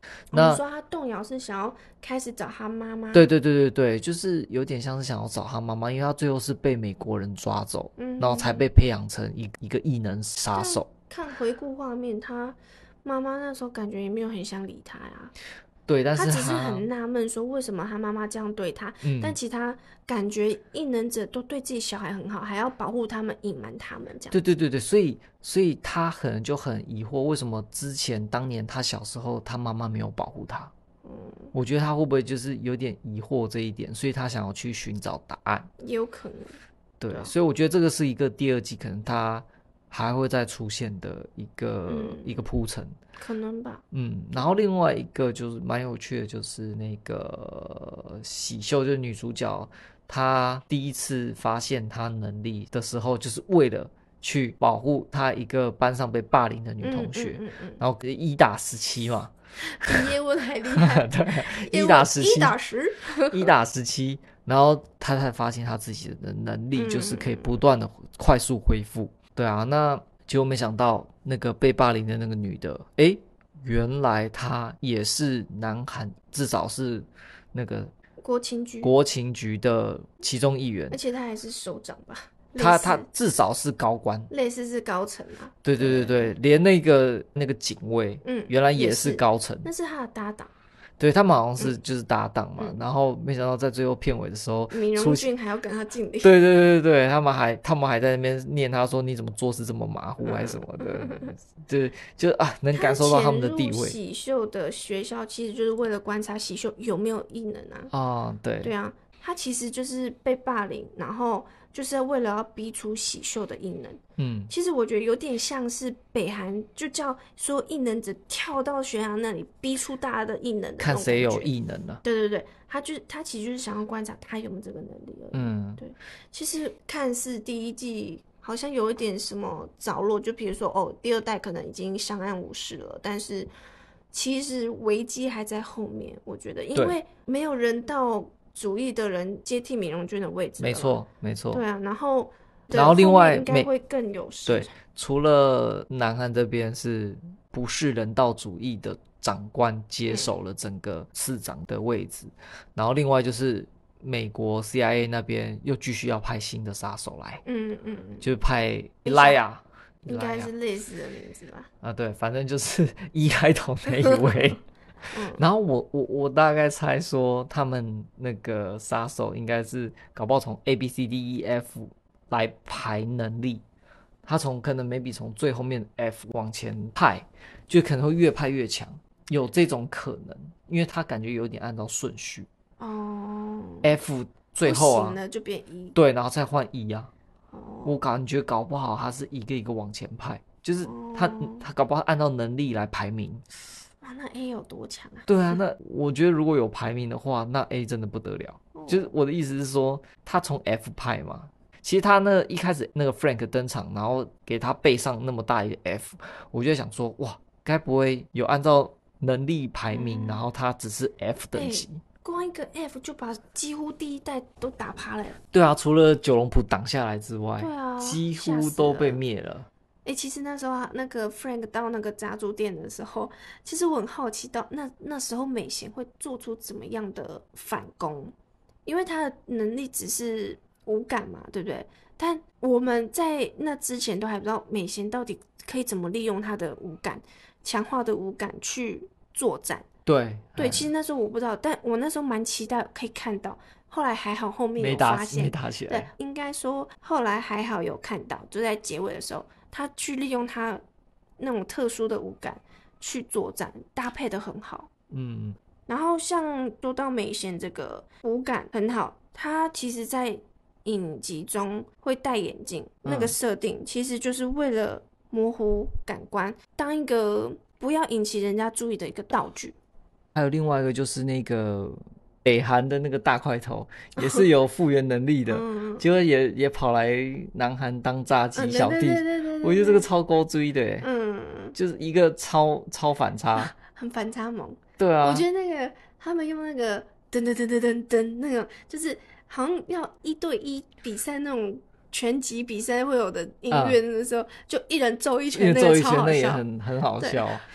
你说他动摇是想要开始找他妈妈？ 对对对对对，就是有点像是想要找他妈妈，因为他最后是被美国人抓走，然后才被培养成一个异能杀手。 看回顾画面，他妈妈那时候感觉也没有很想理他呀。 对，但是他只是很纳闷，说为什么他妈妈这样对他，但其他感觉异能者都对自己小孩很好，还要保护他们、隐瞒他们这样。 对对对对，所以他可能就很疑惑，为什么当年他小时候他妈妈没有保护他。我觉得他会不会就是有点疑惑这一点，所以他想要去寻找答案， 也有可能。 对，所以我觉得这个是一个第二季可能他还会再出现的一个铺陈， 可能吧。 然后另外一个就是蛮有趣的，就是那个喜秀，就是女主角，她第一次发现她能力的时候，就是为了去保护她一个班上被霸凌的女同学，然后1打17嘛。 比叶问还厉害， 对，1打17，1 打10， 1打17，然后他才发现他自己的能力就是可以不断的快速恢复。对啊，那结果没想到那个被霸凌的那个女的，原来她也是南韩，至少是那个国情局的其中一员， 而且她还是首长吧。 他至少是高官， 类似是高层啊。 对对对对，连那个警卫，原来也是高层， 那是他的搭档。 对，他们好像是就是搭档嘛，然后没想到在最后片尾的时候， 闵荣俊还要跟他敬礼。 对对对对，他们还在那边念他说你怎么做事这么马虎还是什么的，就能感受到他们的地位。 喜秀的学校其实就是为了观察喜秀有没有异能啊。 对对啊，他其实就是被霸凌，然后就是为了要逼出喜秀的异能。其实我觉得有点像是北韩就叫所有异能者跳到悬崖那里逼出大家的异能的看谁有异能了。 对对对，他其实就是想要观察他有没有这个能力而已。对，其实看似第一季好像有一点什么着落，就比如说第二代可能已经相安无事了，但是其实危机还在后面。我觉得因为没有人道主义的人接替闵荣俊的位置了。 没错没错。 对啊，然后另外应该会更有事。 对，除了南韩这边是不是人道主义的长官接手了整个次长的位置，然后另外就是美国 CIA 那边又继续要派新的杀手来，就是派Elijah， 应该是类似的名字吧？ 对，反正就是E开头那一位。然后我大概猜说他们那个杀手应该是搞不好从 ABCDEF 来排能力，他可能 maybe 从最后面 F 往前派，就可能会越派越强，有这种可能，因为他感觉有点按照顺序。F 最后不行了就变E， 对，然后再换 E 啊。我感觉搞不好他是一个一个往前派，就是他搞不好按照能力来排名。 那 A 有多强啊？ 对啊，那我觉得如果有排名的话，那 A 真的不得了。就是我的意思是说，他从 F 派嘛，其实他一开始那个 Frank 登场，然后给他背上那么大一个 F， 我就想说，哇，该不会有按照能力排名，然后他只是 F 等级？ 光一个 F 就把几乎第一代都打趴了。 对啊，除了九龙浦挡下来之外， 对啊， 几乎都被灭了。 其实那时候那个 Frank 到那个炸猪店的时候，其实我很好奇到那时候美贤会做出怎么样的反攻，因为他的能力只是无感嘛，对不对？但我们在那之前都还不知道美贤到底可以怎么利用他的无感，强化的无感去作战。对，其实那时候我不知道，但我那时候蛮期待可以看到。后来还好后面有发现没打起来。 对，应该说后来还好有看到，就在结尾的时候他去利用他那种特殊的五感去作战，搭配的很好。然后像说到美贤这个五感很好，他其实在影集中会戴眼镜，那个设定其实就是为了模糊感官，当一个不要引起人家注意的一个道具。 还有另外一个就是那个北韩的那个大块头也是有复原能力的，结果也跑来南韩当炸鸡小弟。我觉得这个超勾追的耶，就是一个超反差， 很反差萌。 对啊， 我觉得那个他们用那个噔噔噔噔噔噔那个，就是好像要1对1比赛那种拳击比赛会有的音乐的时候，就一人揍一拳，那个超好笑， 那也很好笑。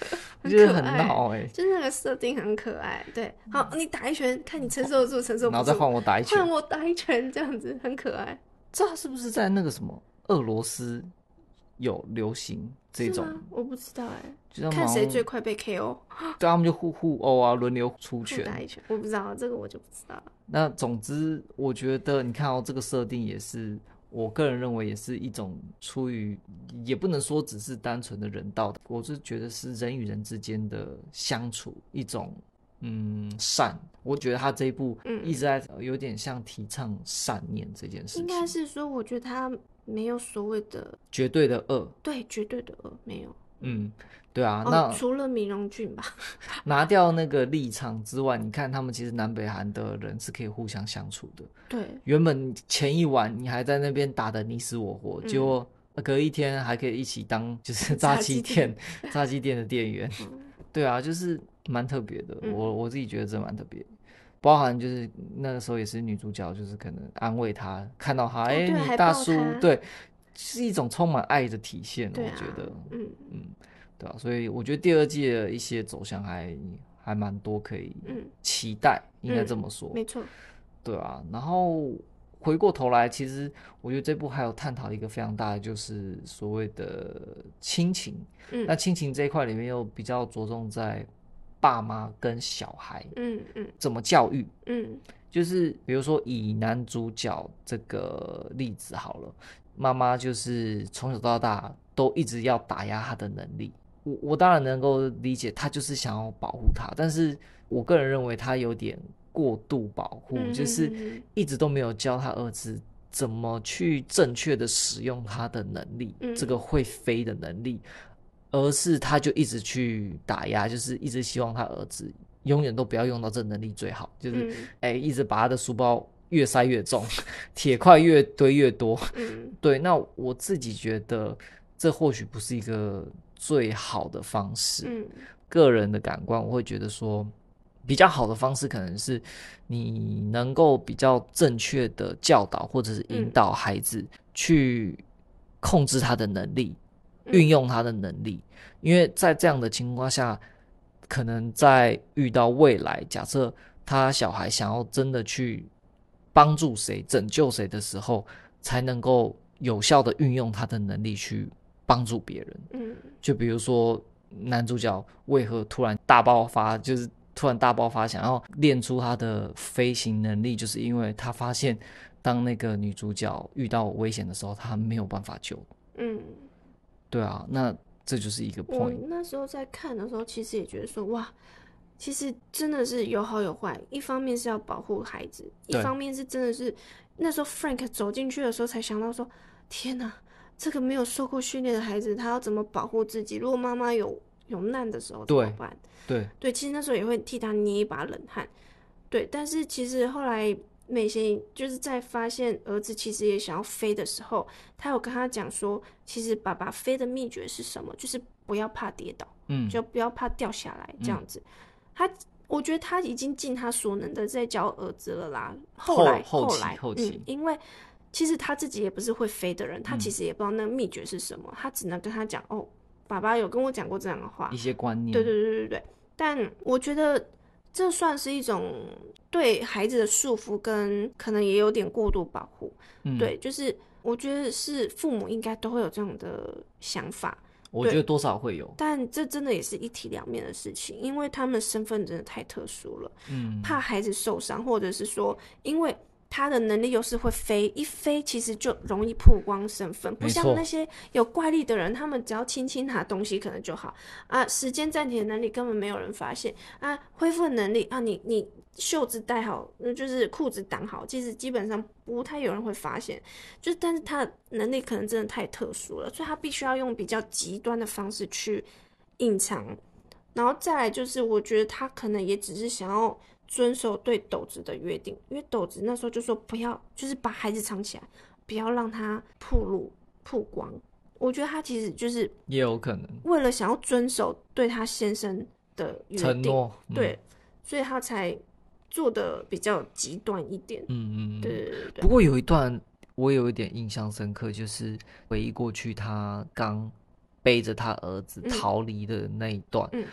很就是很可爱， 闹就是那个设定很可爱。对，好，你打一拳，看你承受得住，承受不住， 然后再换我打一拳， 换我打一拳，这样子很可爱。 这是不是在那个什么俄罗斯有流行这种？ 是吗？我不知道就是看谁最快被 KO， 对，他们就互殴啊，轮流出拳， 打一拳。我不知道这个我就不知道了。 那总之，我觉得你看这个设定也是，我个人认为也是一种出于，也不能说只是单纯的人道的，我是觉得是人与人之间的相处一种善。我觉得他这一部一直在有点像提倡善念这件事情， 应该是说，我觉得他没有所谓的绝对的恶， 对，绝对的恶没有。 对啊，那除了米荣俊吧， 拿掉那个立场之外，你看他们其实南北韩的人是可以互相相处的。 对， 原本前一晚你还在那边打得你死我活，结果隔一天还可以一起当就是炸鸡店的店员。对啊，就是蛮特别的。我自己觉得这蛮特别的，包含就是那个时候也是女主角，就是可能安慰他，看到他，你大叔，对，是一种充满爱的体现。我觉得，对啊，所以我觉得第二季的一些走向还蛮多可以期待，应该这么说。 没错。 对啊，然后回过头来，其实我觉得这部还有探讨一个非常大的，就是所谓的亲情。那亲情这一块里面又比较着重在爸妈跟小孩，怎么教育，就是比如说以男主角这个例子好了，妈妈就是从小到大都一直要打压他的能力。我当然能够理解，他就是想要保护他，但是我个人认为他有点过度保护，就是一直都没有教他儿子怎么去正确的使用他的能力，这个会飞的能力，而是他就一直去打压，就是一直希望他儿子永远都不要用到这能力最好，就是一直把他的书包越塞越重，铁块越堆越多。对，那我自己觉得这或许不是一个最好的方式。个人的感官我会觉得说，比较好的方式可能是你能够比较正确的教导或者是引导孩子去控制他的能力，运用他的能力。因为在这样的情况下，可能在遇到未来假设他小孩想要真的去帮助谁拯救谁的时候，才能够有效的运用他的能力去帮助别人。就比如说男主角为何突然大爆发，就是突然大爆发想要练出他的飞行能力，就是因为他发现当那个女主角遇到危险的时候，他没有办法救。对啊，那这就是一个 point。 我那时候在看的时候其实也觉得说，哇，其实真的是有好有坏，一方面是要保护孩子，一方面是真的是那时候 Frank 走进去的时候才想到说，天哪，这个没有受过训练的孩子他要怎么保护自己，如果妈妈有难的时候怎么办？对，其实那时候也会替他捏一把冷汗。对，但是其实后来美贤就是在发现儿子其实也想要飞的时候，他有跟他讲说，其实爸爸飞的秘诀是什么，就是不要怕跌倒，就不要怕掉下来这样子。我觉得他已经尽他所能的在教儿子了啦。后期因为其实他自己也不是会飞的人，他其实也不知道那个秘诀是什么，他只能跟他讲，爸爸有跟我讲过这样的话， 一些观念。 对，但我觉得这算是一种对孩子的束缚，跟可能也有点过度保护。对，就是我觉得是父母应该都会有这样的想法， 我觉得多少会有， 但这真的也是一体两面的事情，因为他们身份真的太特殊了，怕孩子受伤，或者是说因为他的能力又是会飞，一飞其实就容易曝光身份，不像那些有怪力的人，他们只要轻轻拿东西可能就好啊。时间暂停的能力根本没有人发现啊，恢复的能力啊，你袖子戴好，就是裤子挡好，其实基本上不太有人会发现，就是但是他的能力可能真的太特殊了，所以他必须要用比较极端的方式去隐藏。然后再来就是我觉得他可能也只是想要遵守对斗子的约定，因为斗子那时候就说不要，就是把孩子藏起来，不要让他曝光。我觉得他其实就是也有可能为了想要遵守对他先生的约定承诺， 对，所以他才做的比较极端一点。对。 不过有一段我有一点印象深刻，就是回忆过去他刚背着他儿子逃离的那一段。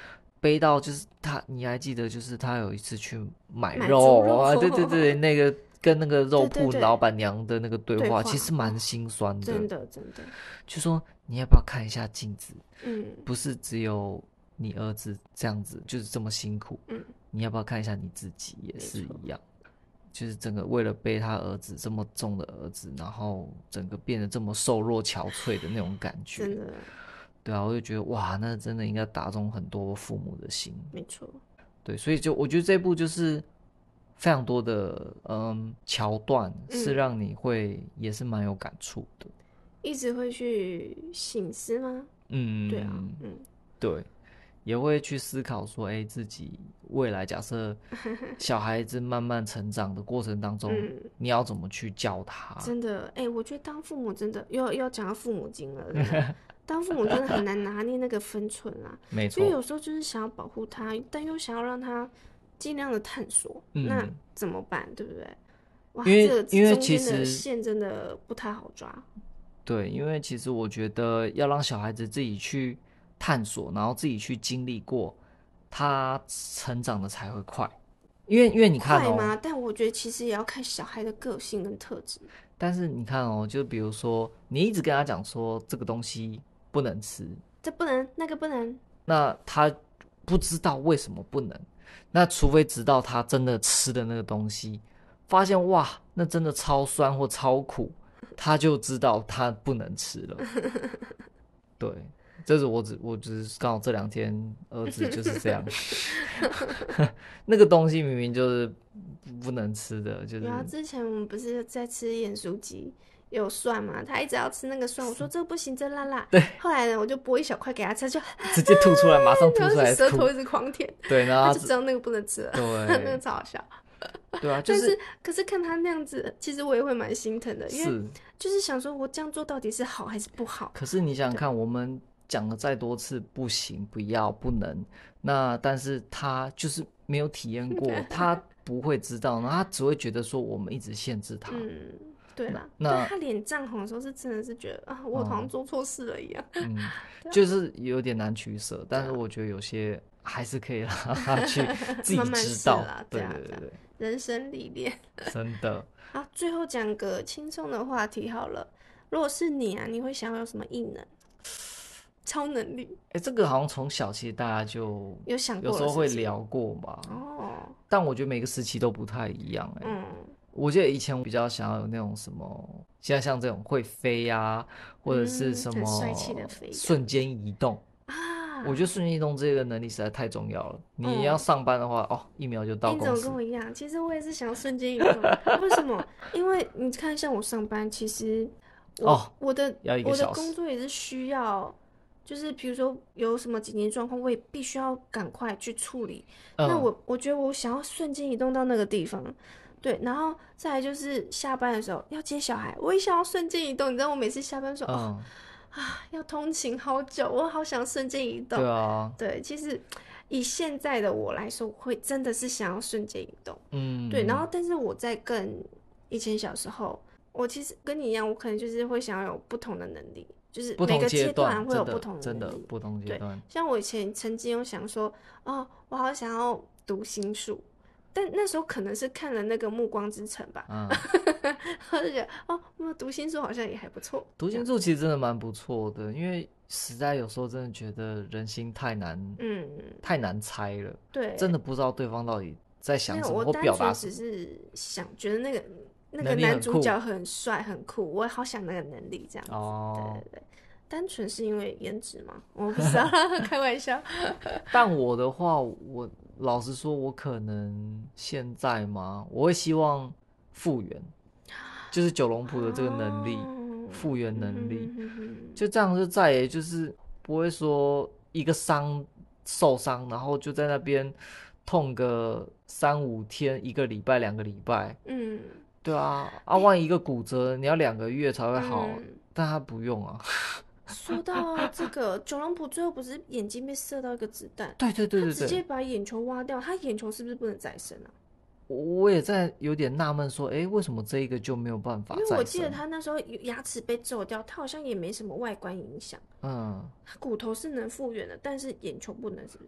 背到就是你还记得就是他有一次去买买肉猪肉啊，对对对，那个跟那个肉铺对对对老板娘的那个对话， 对话其实蛮心酸的。 真的真的， 就说你要不要看一下镜子？ 嗯不是只有你儿子这样子，就是这么辛苦。 嗯， 你要不要看一下你自己也没错是一样？就是整个为了背他儿子这么重的儿子，然后整个变得这么瘦弱憔悴的那种感觉。 真的对啊，我就觉得哇，那真的应该打中很多父母的心。 没错， 对，所以我觉得这部就是非常多的桥段，是让你也是蛮有感触的。 一直会去省思吗？对啊， 对，也会去思考说，自己未来假设小孩子慢慢成长的过程当中，你要怎么去教他？ 真的，我觉得当父母真的又讲到父母经了，对不对当父母真的很难拿捏那个分寸啦， 没错， 因为有时候就是想要保护他，但又想要让他尽量的探索，那怎么办？对不对？哇， 因为这个因为中间的其实线真的不太好抓。 对，因为其实我觉得要让小孩子自己去探索，然后自己去经历过，他成长的才会快。因为你看快吗？但我觉得其实也要看小孩的个性跟特质。 但是你看就比如说你一直跟他讲说这个东西不能吃， 这不能，那个不能， 那他不知道为什么不能，那除非直到他真的吃的那个东西，发现哇，那真的超酸或超苦，他就知道他不能吃了。对，这是我只是刚好这2天儿子就是这样，那个东西明明就是不能吃的，就是。 然后之前我们不是在吃盐酥鸡，有蒜嘛，他一直要吃那个蒜，我说这不行，这辣辣。 对。 后来呢，我就剥一小块给他吃，就直接吐出来，马上吐出来， 舌头一直狂舔。 对，然后他就知道那个不能吃了。 对， 那个超好笑。 对啊， 但是可是看他那样子，其实我也会蛮心疼的，因为是就是想说我这样做到底是好还是不好？ 可是你想想看，我们讲了再多次不行、不要、不能，那但是他就是没有体验过，他不会知道，然后他只会觉得说我们一直限制他。 对啦， 那对他脸涨红的时候是真的是觉得啊，我好像做错事了一样。 就是有点难取舍，但是我觉得有些还是可以让他去自己知道。 慢慢对对对对， 人生历练。 真的。 好，最后讲个轻松的话题好了。如果是你啊，你会想要有什么异能、超能力？ 这个好像从小其实大家就有想过了， 有时候会聊过吧。但我觉得每个时期都不太一样。我记得以前我比较想要有那种什么，现在像这种会飞啊，或者是什么很帅气的飞瞬间移动啊。我觉得瞬间移动这个能力实在太重要了。你要上班的话，1秒就到公司。 你怎么跟我一样？其实我也是想要瞬间移动。为什么？因为你看，像我上班，其实我的工作也是需要，就是比如说有什么紧急状况，我也必须要赶快去处理。那我觉得我想要瞬间移动到那个地方。对，然后再来就是下班的时候要接小孩，我也想要瞬间移动。你知道我每次下班说要通勤好久，我好想瞬间移动。 对啊， 对，其实以现在的我来说，会真的是想要瞬间移动。对，然后但是我在更以前小时候，我其实跟你一样，我可能就是会想要有不同的能力，就是每个阶段会有不同的能力， 真的不同阶段。 像我以前曾经有想说，我好想要读心术。但那时候可能是看了那个《暮光之城》吧，我就觉得读心术好像也还不错。 读心术其实真的蛮不错的，因为实在有时候真的觉得人心太难猜了。 对， 真的不知道对方到底在想什么或表达什么。 我单纯只是觉得那个男主角很帅很酷，我好想那个能力这样子。对，单纯是因为颜值吗？我不知道，开玩笑。 但我的话，我老实说，我可能现在嘛，我会希望复原，就是九龙谱的这个能力，复原能力，就这样就再也就是不会说一个受伤，然后就在那边痛个3-5天、1个礼拜、2个礼拜。对啊，万一一个骨折，你要2个月才会好，但他不用啊。 说到这个，九龙谱最后不是眼睛被射到一个子弹？ 对，他直接把眼球挖掉，他眼球是不是不能再生啊？ 我也在有点纳闷说，为什么这一个就没有办法再生？ 因为我记得他那时候牙齿被揍掉，他好像也没什么外观影响。他骨头是能复原的，但是眼球不能，是不是？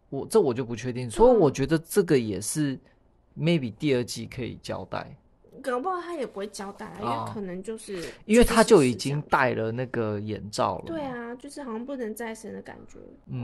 我就不确定，所以我觉得这个也是 maybe 第二季可以交代。 搞不好他也不会交代，因为可能就是因为他就已经戴了那个眼罩了。 对啊，就是好像不能再生的感觉。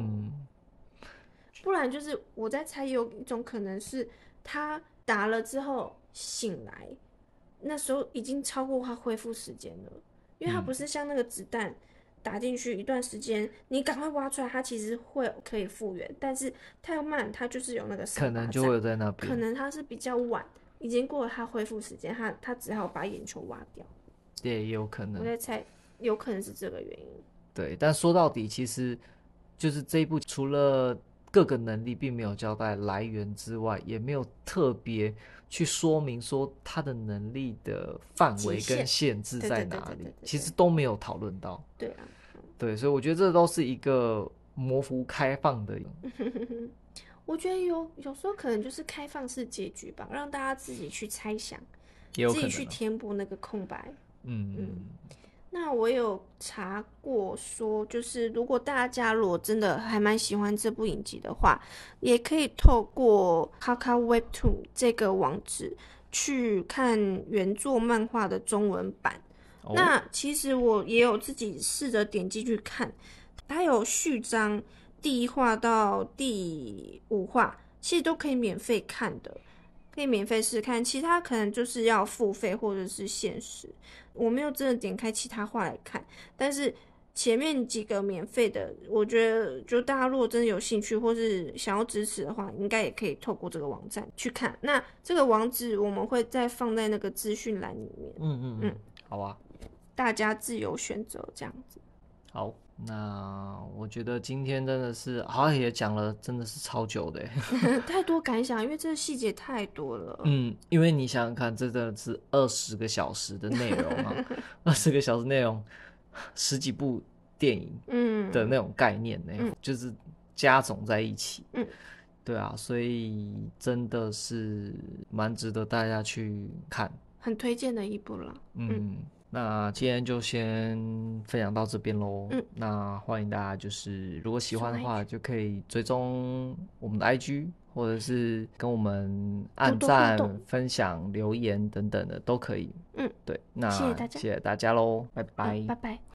不然就是我在猜，有一种可能是他打了之后醒来，那时候已经超过他恢复时间了，因为他不是像那个子弹打进去一段时间，你赶快挖出来，它其实会可以复原，但是太慢，它就是有那个可能就会有在那边， 可能它是比较晚。已经过了他恢复时间，他只好把眼球挖掉。 对，也有可能。 我在猜，有可能是这个原因。 对，但说到底，其实就是这一部除了各个能力并没有交代来源之外，也没有特别去说明说他的能力的范围跟限制在哪里，其实都没有讨论到。 对啊， 对，所以我觉得这都是一个模糊开放的。 我觉得有时候可能就是开放式结局吧，让大家自己去猜想，自己去填补那个空白。那我有查过说，就是如果大家如果真的还蛮喜欢这部影集的话，也可以透过 Kakao Webtoon 这个网址去看原作漫画的中文版。那其实我也有自己试着点进去看，它有序章。第1话到第5话其实都可以免费看的，可以免费试看，其他可能就是要付费或者是限时。我没有真的点开其他话来看，但是前面几个免费的，我觉得就大家如果真的有兴趣或是想要支持的话，应该也可以透过这个网站去看。那这个网址我们会再放在那个资讯栏里面。 好啊， 大家自由选择这样子。 好，那我觉得今天真的是好像也讲了，真的是超久的太多感想，因为这个细节太多了。 因为你想想看，这真的是20个小时的内容啊，20个小时内容，10几部电影的那种概念呢，就是加总在一起。对啊，所以真的是蛮值得大家去看， 很推荐的一部了。 那今天就先分享到这边咯。那欢迎大家就是如果喜欢的话，就可以追踪我们的 IG， 或者是跟我们按赞、分享、留言等等的都可以。对，那谢谢大家咯，拜拜。 拜拜。